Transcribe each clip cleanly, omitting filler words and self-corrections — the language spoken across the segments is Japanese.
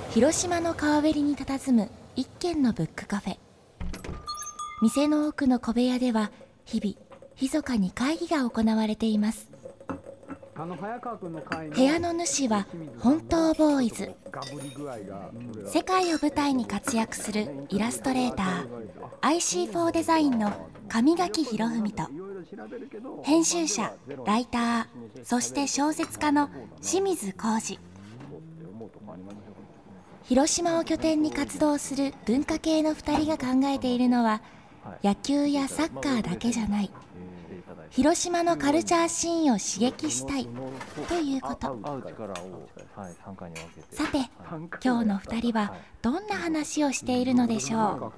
広島の川べりに佇む一軒のブックカフェ。店の奥の小部屋では日々密かに会議が行われています。部屋の主は本当ボーイズ。世界を舞台に活躍するイラストレーター IC4 デザインの上垣博文と、編集者、ライター、そして小説家の清水浩二。広島を拠点に活動する文化系の2人が考えているのは、野球やサッカーだけじゃない、広島のカルチャーシーンを刺激したいということ。さて、今日の2人はどんな話をしているのでしょう。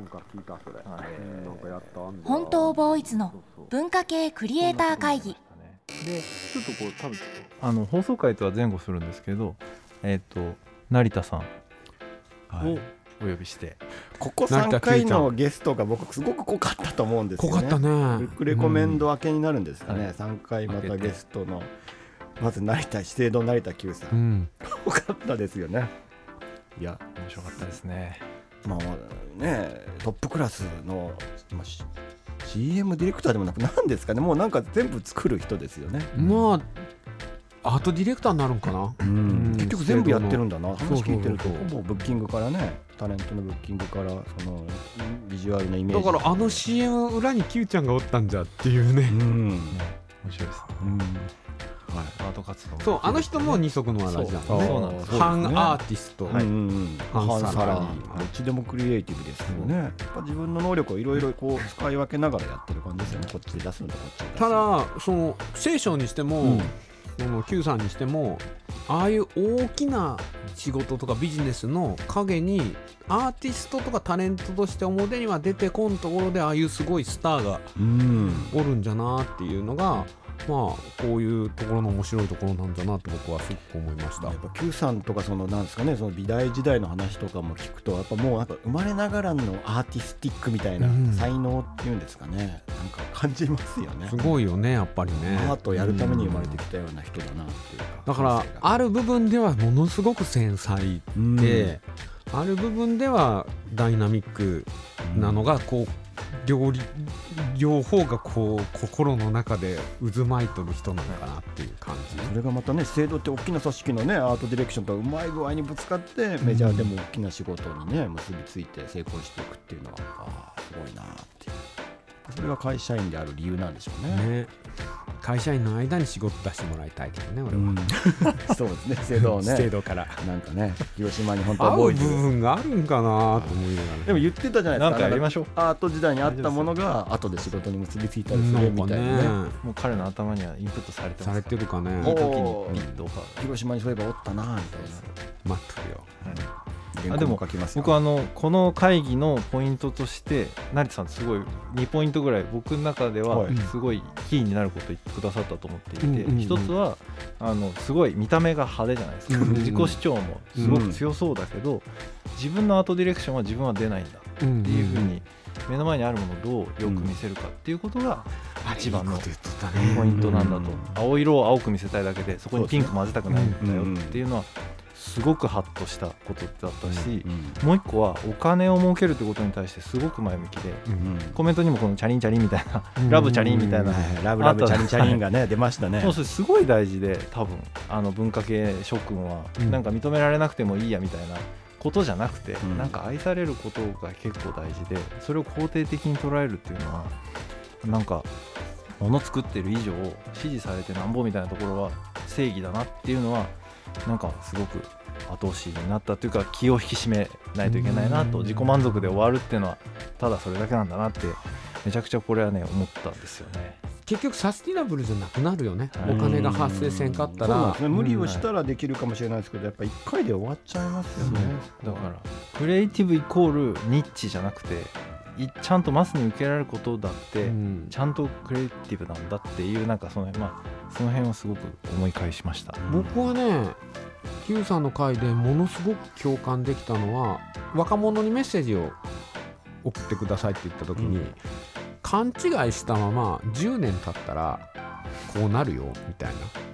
本当ボーイズの文化系クリエイター会議で、ちょっとこう多分放送回とは前後するんですけど、成田さんをお呼びして、 ここ3回のゲストが僕すごく濃かったと思うんですよね。 濃かったね。 ブックレコメンド明けになるんですかね、3回またゲストのまず資生堂成田 Q さん、濃かったですよね。いや面白かったですね。 まあね、トップクラスの、CM ディレクターでもなく何ですかね、もうなんか全部作る人ですよね。 まあアートディレクターになるんかな。 結局全部やってるんだな。話聞いてるとほぼブッキングからね、タレントのブッキングからそのビジュアルなイメージ、 だからCM 裏に Q ちゃんがおったんじゃっていうね。 面白いですね。アート活動、 そう、人も二足のわらじだもんね。 そうなんです。 ファンアーティスト、 半サラリー、どっちでもクリエイティブですけどね、やっぱ自分の能力をいろいろこう使い分けながらやってる感じですよね。こっちで出すんだ、こっちで出す。 ただその聖書にしても、その Q さんにしても、ああいう大きな仕事とかビジネスの陰にアーティストとかタレントとして表には出てこんところで、ああいうすごいスターがおるんじゃなっていうのが、こういうところの面白いところなんだなって僕はすごく思いました。 やっぱ Q さんとかなんですかね、その美大時代の話とかも聞くと、やっぱもうなんか生まれながらのアーティスティックみたいな才能っていうんですかね、なんか感じますよね。 すごいよね、やっぱりね。 アートをやるために生まれてきたような人だなっていうか、 だからある部分ではものすごく繊細で、ある部分ではダイナミックなのがこう両方がこう心の中で渦巻いてる人なのかなっていう感じ。 それがまたね、資生堂って大きな組織のね、アートディレクションとうまい具合にぶつかって、メジャーでも大きな仕事にね結びついて成功していくっていうのは、すごいなっていう、それが会社員である理由なんでしょうね。 会社員の間に仕事出してもらいたいけどね、俺は。 そうですね、資生堂ね、 資生堂からなんかね、広島に本当はボーイズ合う部分があるんかなと思いながら。 でも言ってたじゃないですか、 なんかやりましょう。 アート時代にあったものが後で仕事に結びついたりするみたいなね。 もう彼の頭にはインプットされてます。 されてるかね。 いい時にピッとオファー。 広島にそういえばおったなみたいな。 待ってるよ。 でも僕はこの会議のポイントとして成田さんすごい2ポイントぐらい僕の中ではすごいキーになることを言ってくださったと思っていて、一つはすごい見た目が派手じゃないですか、自己主張もすごく強そうだけど、自分のアートディレクションは自分は出ないんだっていうふうに目の前にあるものをどうよく見せるかっていうことが一番のポイントなんだと。青色を青く見せたいだけでそこにピンク混ぜたくないんだよっていうのはすごくハッとしたことだったし、もう一個はお金を儲けるってことに対してすごく前向きで、コメントにもこのチャリンチャリンみたいなラブチャリンみたいな、 ラブラブチャリンチャリンがね出ましたね。 そうそれすごい大事で、多分文化系諸君はなんか認められなくてもいいやみたいなことじゃなくて、なんか愛されることが結構大事で、それを肯定的に捉えるっていうのはなんか物作ってる以上支持されてなんぼみたいなところは正義だなっていうのはなんかすごく後押しになったというか、気を引き締めないといけないなと、自己満足で終わるっていうのはただそれだけなんだなってめちゃくちゃこれはね思ったんですよね。 結局サスティナブルじゃなくなるよね、お金が発生せんかったら。 そうなんですね、無理をしたらできるかもしれないですけど、やっぱ1回で終わっちゃいますよね。 だからクリエイティブイコールニッチじゃなくて、ちゃんとマスに受けられることだって、ちゃんとクリエイティブなんだっていう、なんかその辺をすごく思い返しました。 僕はね、Q さんの回でものすごく共感できたのは、若者にメッセージを送ってくださいって言った時に、勘違いしたまま10年経ったらこうなるよみたいな、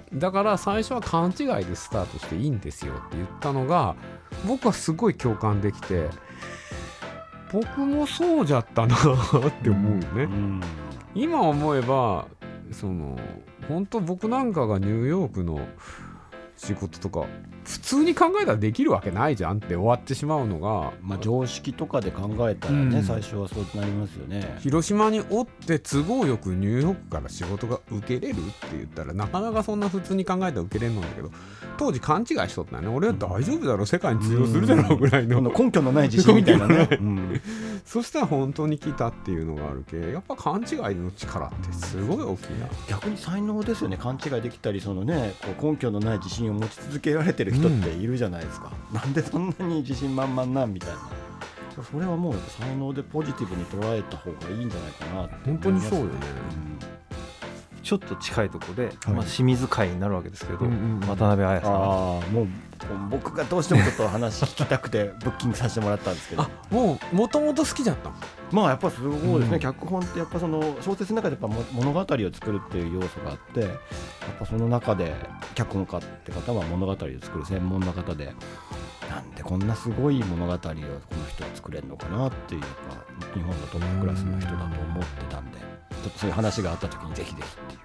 だから最初は勘違いでスタートしていいんですよって言ったのが僕はすごい共感できて、僕もそうじゃったなって思うよね、今思えば本当僕なんかがニューヨークの仕事とか普通に考えたらできるわけないじゃんって終わってしまうのが、 常識とかで考えたらね、最初はそうなりますよね。 広島におって都合よくニューヨークから仕事が受けれるって言ったらなかなかそんな普通に考えたら受けれるんだけど、当時勘違いしとったよね。俺は大丈夫だろう、世界に通用するだろうぐらいの根拠のない自信みたいなねそしたら本当に来たっていうのがあるけ、やっぱ勘違いの力ってすごい大きいな。 逆に才能ですよね。勘違いできたりこう根拠のない自信を持ち続けられてる人っているじゃないですか、なんでそんなに自信満々なんみたいな。それはもう才能でポジティブに捉えた方がいいんじゃないかなって。 本当にそうよね、 ちょっと近いところで、清水会になるわけですけど、渡辺彩さん、 もう僕がどうしてもちょっと話聞きたくてブッキングさせてもらったんですけどもともと好きだったの。 やっぱすごいですね、脚本ってやっぱ小説の中でやっぱ物語を作るっていう要素があって、やっぱその中で脚本家って方は物語を作る専門の方で、なんでこんなすごい物語をこの人は作れるのかなっていう、やっぱ日本のトップクラスの人だと思ってたんで、ちょっとそういう話があった時にぜひぜひっていう。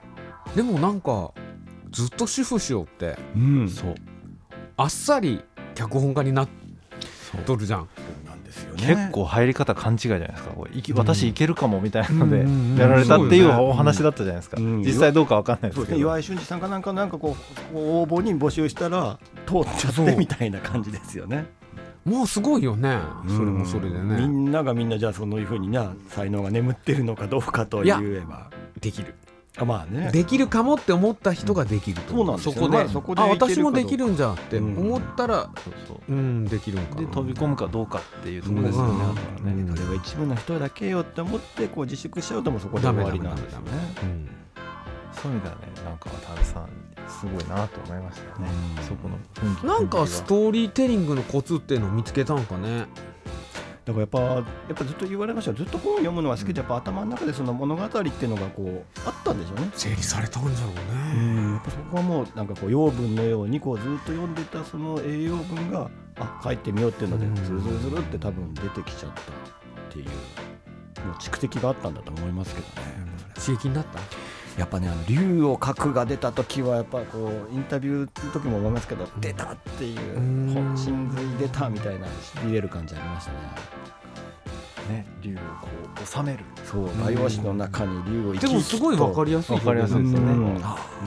でもなんかずっと主婦しようって、 そうあっさり脚本家になっとるじゃん。 結構入り方勘違いじゃないですか。私いけるかもみたいなのでやられたっていうお話だったじゃないですか。実際どうか分かんないですけど、 岩井俊二さんかなんかこう応募に募集したら通っちゃってみたいな感じですよね。 もうすごいよね、それもそれでね。 みんながみんなじゃあそういうふうに才能が眠ってるのかどうかといえばできる。 できるかもって思った人ができると。 そうなんですよね。 そこで私もできるんじゃって思ったらできるんかな。 で飛び込むかどうかっていうところですよね。 それは一部の人だけよって思って自粛しちゃうともそこで終わりなんですよね。 そういう意味ではね、なんか渡辺さんすごいなと思いましたね。そこの雰囲気なんかストーリーテリングのコツっていうのを見つけたんかね。 だからやっぱずっと言われました。ずっと本を読むのは好きで、やっぱ頭の中でその物語っていうのがあったんでしょうね。 整理されたんじゃろうね。 やっぱそこはもうなんか養分のようにずっと読んでたその栄養分が書いてみようっていうのでズルズルズルって多分出てきちゃったっていうもう蓄積があったんだと思いますけどね。 刺激になった。やっぱね、 竜を書くが出た時はやっぱインタビューの時も思いますけど、出たっていう真髄出たみたいな入れる感じありましたね。 竜を収める。 そう、画用紙の中に竜をでもすごい分かりやすい。 分かりやすいですよね。 そっかっていう。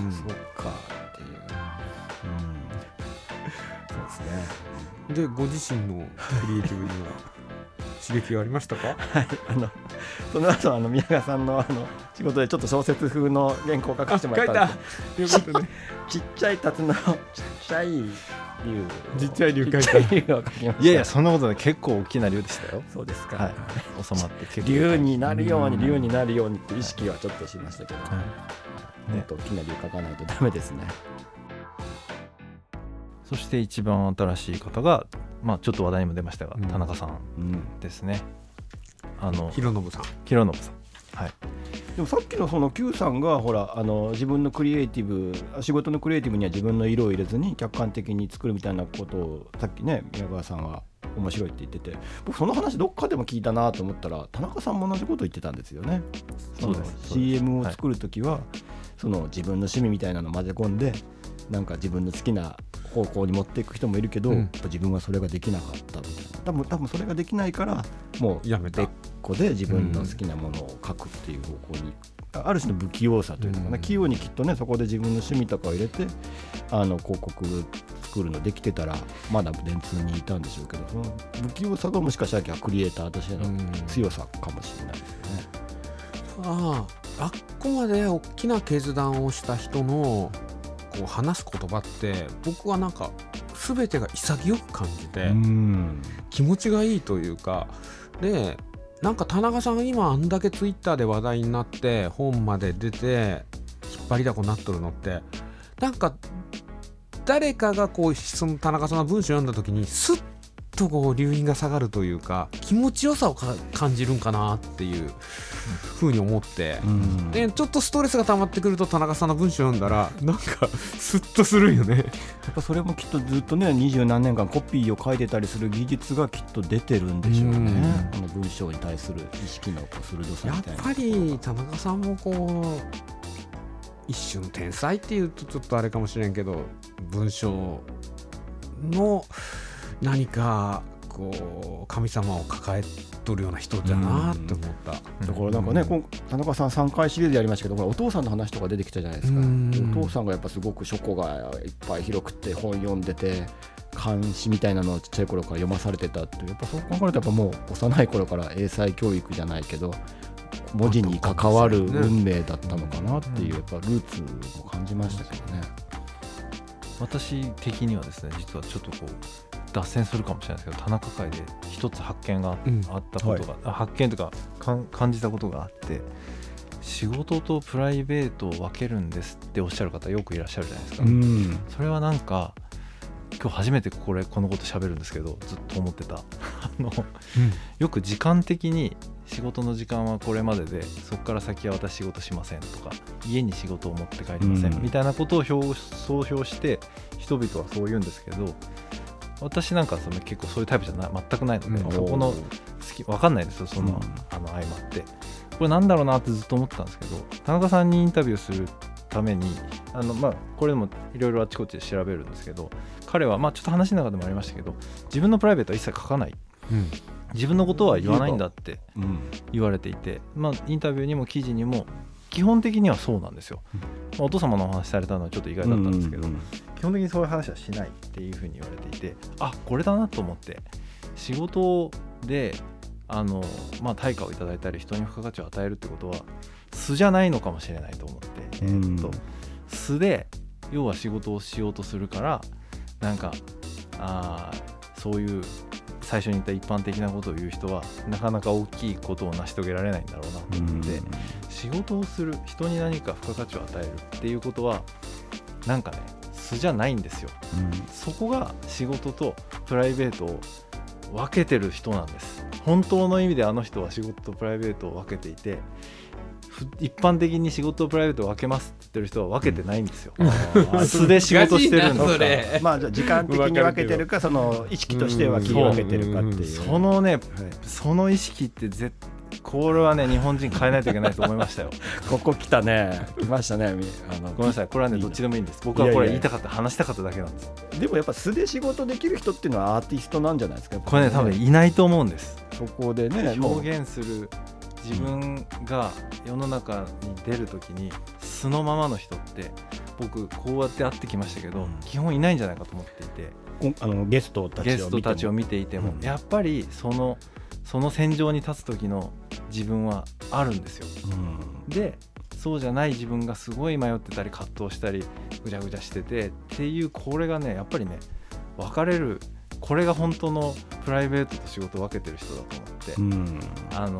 そうですね。 でご自身のクリエイティブには刺激がありましたか？ はい、その後宮川さんの仕事でちょっと小説風の原稿を書かせてもらったんですけど、ちっちゃいタツのちっちゃい竜書いた。 いやいや、そんなことない。結構大きな竜でしたよ。 そうですか。 収まって竜になるようにって意識はちょっとしましたけど、もっと大きな竜書かないとダメですね。 そして一番新しい方が、ちょっと話題にも出ましたが、田中さんですね。 弘信さん。 はい。 でもさっきのその Q さんが自分のクリエイティブ、仕事のクリエイティブには自分の色を入れずに客観的に作るみたいなことをさっきね、宮川さんは面白いって言ってて、僕その話どっかでも聞いたなと思ったら田中さんも同じこと言ってたんですよね。 そうです。 CM を作るときは、その自分の趣味みたいなのを混ぜ込んで、なんか自分の好きな方向に持っていく人もいるけど、やっぱ自分はそれができなかったみたいな。多分それができないからもう別個で自分の好きなものを書くっていう方向に、ある種の不器用さというのかな、器用にきっとね、そこで自分の趣味とかを入れて広告作るのできてたらまだ電通にいたんでしょうけど、その不器用さがもしかしたらクリエイターとしての強さかもしれないですよね。 あっこまで大きな決断をした人の話す言葉って僕はなんか全てが潔く感じて気持ちがいいというか、でなんか田中さんが今あんだけツイッターで話題になって本まで出て引っ張りだこになっとるのって、なんか誰かがその田中さんの文章を読んだ時にスッとこう留飲が下がるというか気持ちよさを感じるんかなっていうふうに思って、でちょっとストレスが溜まってくると田中さんの文章読んだらなんかスッとするよね。やっぱそれもきっとずっとね20何年間コピーを書いてたりする技術がきっと出てるんでしょうね。この文章に対する意識の鋭さみたいな。 やっぱり田中さんもこう一種の天才っていうとちょっとあれかもしれんけど文章の何かこう神様を抱えとるような人じゃなって思った、 だからなんかね、田中さん3回シリーズやりましたけどお父さんの話とか出てきたじゃないですか。お父さんがやっぱすごく書庫がいっぱい広くて本読んでて漢詩みたいなのをちっちゃい頃から読まされてたっていう、やっぱそう考えるとやっぱもう幼い頃から英才教育じゃないけど文字に関わる運命だったのかなっていうやっぱルーツも感じましたけどね。 私的にはですね実はちょっとこう脱線するかもしれないですけど田中会で一つ発見があったことが、発見というか感じたことがあって、仕事とプライベートを分けるんですっておっしゃる方よくいらっしゃるじゃないですか。それはなんか今日初めてこのこと喋るんですけどずっと思ってたよく時間的に仕事の時間はこれまででそこから先は私仕事しませんとか家に仕事を持って帰りませんみたいなことを総評して人々はそう言うんですけど、私なんか結構そういうタイプじゃ全くないので、そこの分かんないですよ、その合間ってこれなんだろうなってずっと思ってたんですけど、田中さんにインタビューするためにこれでもいろいろあちこちで調べるんですけど、彼はちょっと話の中でもありましたけど自分のプライベートは一切書かない、自分のことは言わないんだって言われていて、インタビューにも記事にも基本的にはそうなんですよ。お父様のお話されたのはちょっと意外だったんですけど、基本的にそういう話はしないっていうふうに言われていて、これだなと思って、仕事で対価をいただいたり人に付加価値を与えるってことは素じゃないのかもしれないと思って、素で要は仕事をしようとするからなんかそういう最初に言った一般的なことを言う人はなかなか大きいことを成し遂げられないんだろうなと思って、仕事をする人に何か付加価値を与えるっていうことはなんかね素じゃないんですよ、そこが仕事とプライベートを分けてる人なんです。本当の意味であの人は仕事とプライベートを分けていて、一般的に仕事とプライベートを分けますって言ってる人は分けてないんですよ。素で仕事してるんですか。じゃあ時間的に分けてるかその意識としては切り分けてるかっていう、 そのね、その意識ってこれはね日本人変えないといけないと思いましたよ。 ここ来たね、来ましたね。 ごめんなさい、これはねどっちでもいいんです。僕はこれ言いたかった話したかっただけなんです。 でもやっぱ素で仕事できる人っていうのはアーティストなんじゃないですか。 これね多分いないと思うんです。 そこでね表現する自分が世の中に出るときに素のままの人って僕こうやって会ってきましたけど、基本いないんじゃないかと思っていて、 ゲストたちを見ていても、やっぱりその戦場に立つ時の自分はあるんですよ、でそうじゃない自分がすごい迷ってたり葛藤したりぐちゃぐちゃしててっていう、これがねやっぱりね分かれる、これが本当のプライベートと仕事を分けてる人だと思って、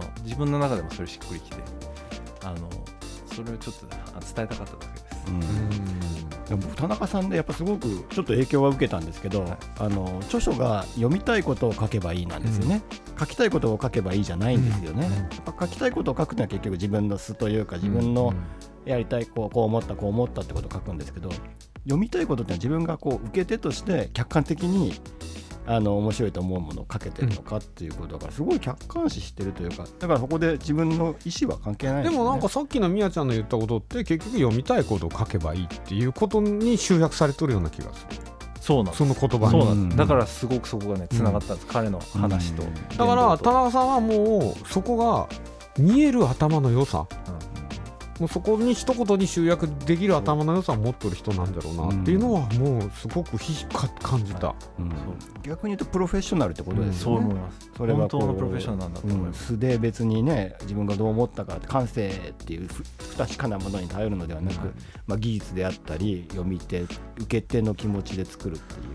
自分の中でもそれしっくりきてそれをちょっと伝えたかっただけです。 でも田中さんでやっぱすごくちょっと影響は受けたんですけど、著書が読みたいことを書けばいいなんですよね、書きたいことを書けばいいじゃないんですよね、やっぱ書きたいことを書くのは結局自分の素というか自分のやりたいこう思ったってことを書くんですけど、読みたいことって自分が受け手として客観的に面白いと思うものを書けてるのかっていうことだからすごい客観視してるというか、だからそこで自分の意思は関係ないですよね。 でもなんかさっきのみやちゃんの言ったことって結局読みたいことを書けばいいっていうことに集約されてるような気がする。 そうなんです、 その言葉に。 そうなんです。だからすごくそこがねつながったんです、彼の話と。 だから田中さんはもうそこが見える頭の良さ、もうそこに一言に集約できる頭の良さを持ってる人なんだろうなっていうのはもうすごく感じた、 逆に言うとプロフェッショナルってことですよね、 そう思います。それは本当のプロフェッショナルなんだと思います、 素で別にね自分がどう思ったか感性っていう不確かなものに頼るのではなく、技術であったり読み手受け手の気持ちで作るっていう。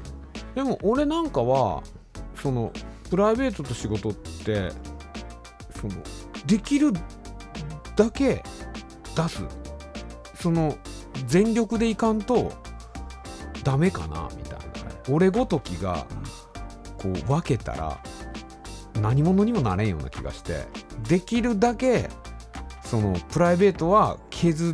でも俺なんかはそのプライベートと仕事ってそのできるだけ出す、その全力でいかんとダメかなみたいな、俺ごときがこう分けたら何者にもなれんような気がして、できるだけそのプライベートは削って、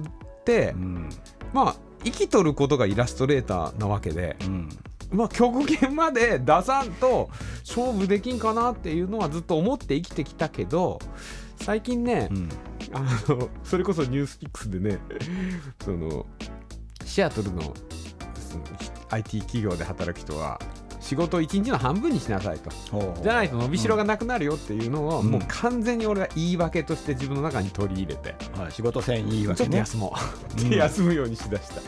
まあ生きとることがイラストレーターなわけで、まあ極限まで出さんと勝負できんかなっていうのはずっと思って生きてきたけど、最近ね、それこそニュースピックスでねそのシアトルのその IT 企業で働く人は仕事を1日の半分にしなさいと、じゃないと伸びしろがなくなるよっていうのを、もう完全に俺が言い訳として自分の中に取り入れて、 仕事せん言い訳ね、 ちょっと休もうって休むようにしだした。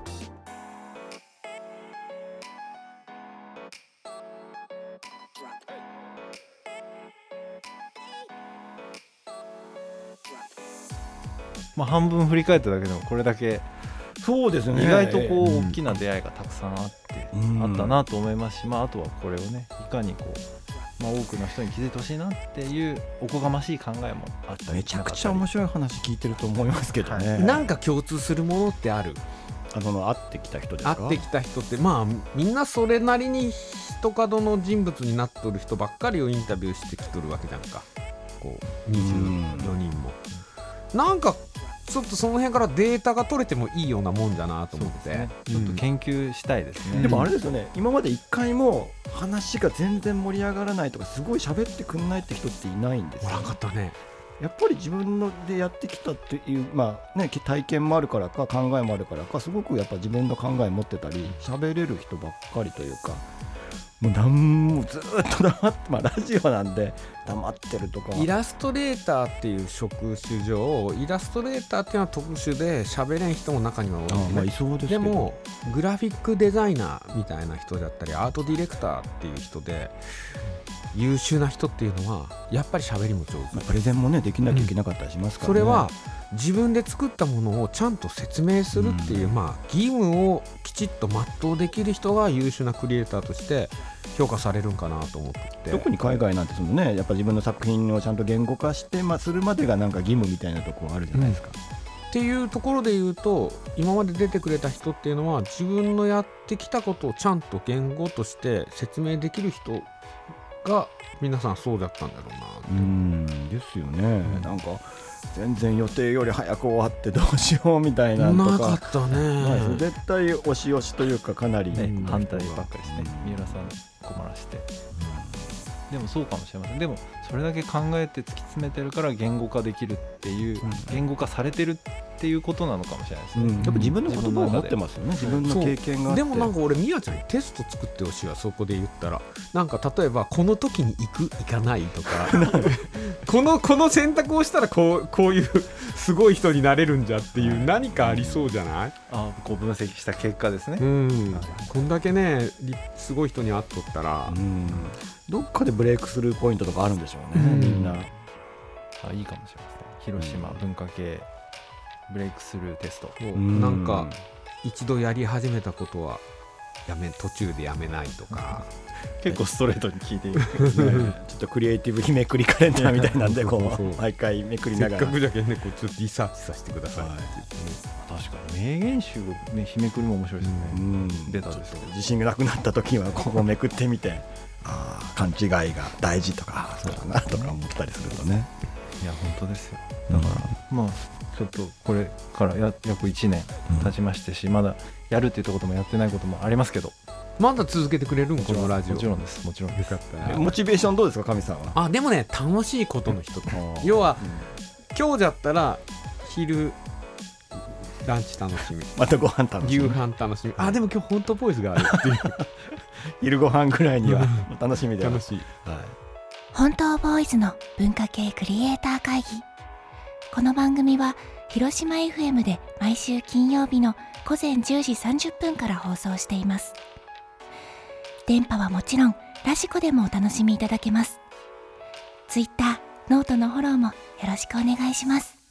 まあ、半分振り返っただけでもこれだけそうですね、 意外とこう大きな出会いがたくさんあって、あったなと思いますし、まあ、あとはこれをねいかにこう、まあ、多くの人に気づいてほしいなっていうおこがましい考えもあったり、 めちゃくちゃ面白い話聞いてると思いますけどね、 なんか共通するものってある？ 会ってきた人ですか？ 会ってきた人ってまあみんなそれなりに一角の人物になっとる人ばっかりをインタビューしてきとるわけじゃんか、こう24人も。なんかちょっとその辺からデータが取れてもいいようなもんだなと思って、ね、 ちょっと研究したいですね。 でもあれですよね、今まで一回も話が全然盛り上がらないとかすごい喋ってくんないって人っていないんですよ。 なかったね。 やっぱり自分のでやってきたっていう、まあね、体験もあるからか考えもあるからか、すごくやっぱ自分の考え持ってたり喋れる人ばっかりというか、もう何もずっと黙って、まあ、ラジオなんで黙ってるとか。 イラストレーターっていう職種上、イラストレーターっていうのは特殊で喋れん人も中には多い、ね、 まあいそうですけど、 でもグラフィックデザイナーみたいな人だったりアートディレクターっていう人で優秀な人っていうのはやっぱり喋りも上手、 プレゼンもねできなきゃいけなかったりしますからね、 それは自分で作ったものをちゃんと説明するっていう、まあ、義務をきちっと全うできる人が優秀なクリエイターとして評価されるんかなと思ってて、 特に海外なんてそのね、やっぱ自分の作品をちゃんと言語化して、まあ、するまでがなんか義務みたいなところあるじゃないですか、 っていうところで言うと、今まで出てくれた人っていうのは自分のやってきたことをちゃんと言語として説明できる人が皆さんそうだったんだろうな。 ですよね、なんか全然予定より早く終わってどうしようみたいなとかなかったね。 絶対押し押しというかかなり、 反対ばっかりですね、三浦さん困らして、でもそうかもしれません。でもそれだけ考えて突き詰めてるから言語化できるっていう、言語化されてるっていうことなのかもしれないですね、 やっぱ自分の言葉を持ってますよね、自分の経験があって。 でもなんか俺みやちゃんにテスト作ってほしいわ、そこで言ったら。なんか例えばこの時に行く行かないとかこの選択をしたらこういうすごい人になれるんじゃっていう何かありそうじゃない？ こう分析した結果ですね。 こんだけねすごい人に会っとったら、 どっかでブレイクスルーポイントとかあるんでしょうね、みんな。 いいかもしれません。広島文化系ブレイクスルーテスト、 なんか一度やり始めたことは途中でやめないとか結構ストレートに聞いているちょっとクリエイティブ日めくりカレンダーみたいなんでこう毎回めくりながら、 せっかくじゃけんね、こうちょっとリサーチさせてくださいって言ってね。 確かに名言集をね、日めくりも面白いですね。ベタですけど自信がなくなった時はここめくってみて勘違いが大事とかそうだなとか思ったりするとね。 いや本当ですよ。だからまあちょっとこれから約1年経ちましてし、まだやるっていうこともやってないこともありますけど、 まだ続けてくれるんこのラジオ。 もちろんです、もちろんです。 よかった。 モチベーションどうですか、神さんは。 でもね、楽しいことの人要は、今日だったら昼ランチ楽しみ、 またご飯楽しみ、 夕飯楽しみ、でも今日本当ポイズがあるっていう昼ご飯ぐらいには楽しみで楽しい、 本当ボーイズの文化系クリエイター会議。この番組は広島 FM で毎週金曜日の午前10時30分から放送しています。電波はもちろんラジコでもお楽しみいただけます。Twitter、ノートのフォローもよろしくお願いします。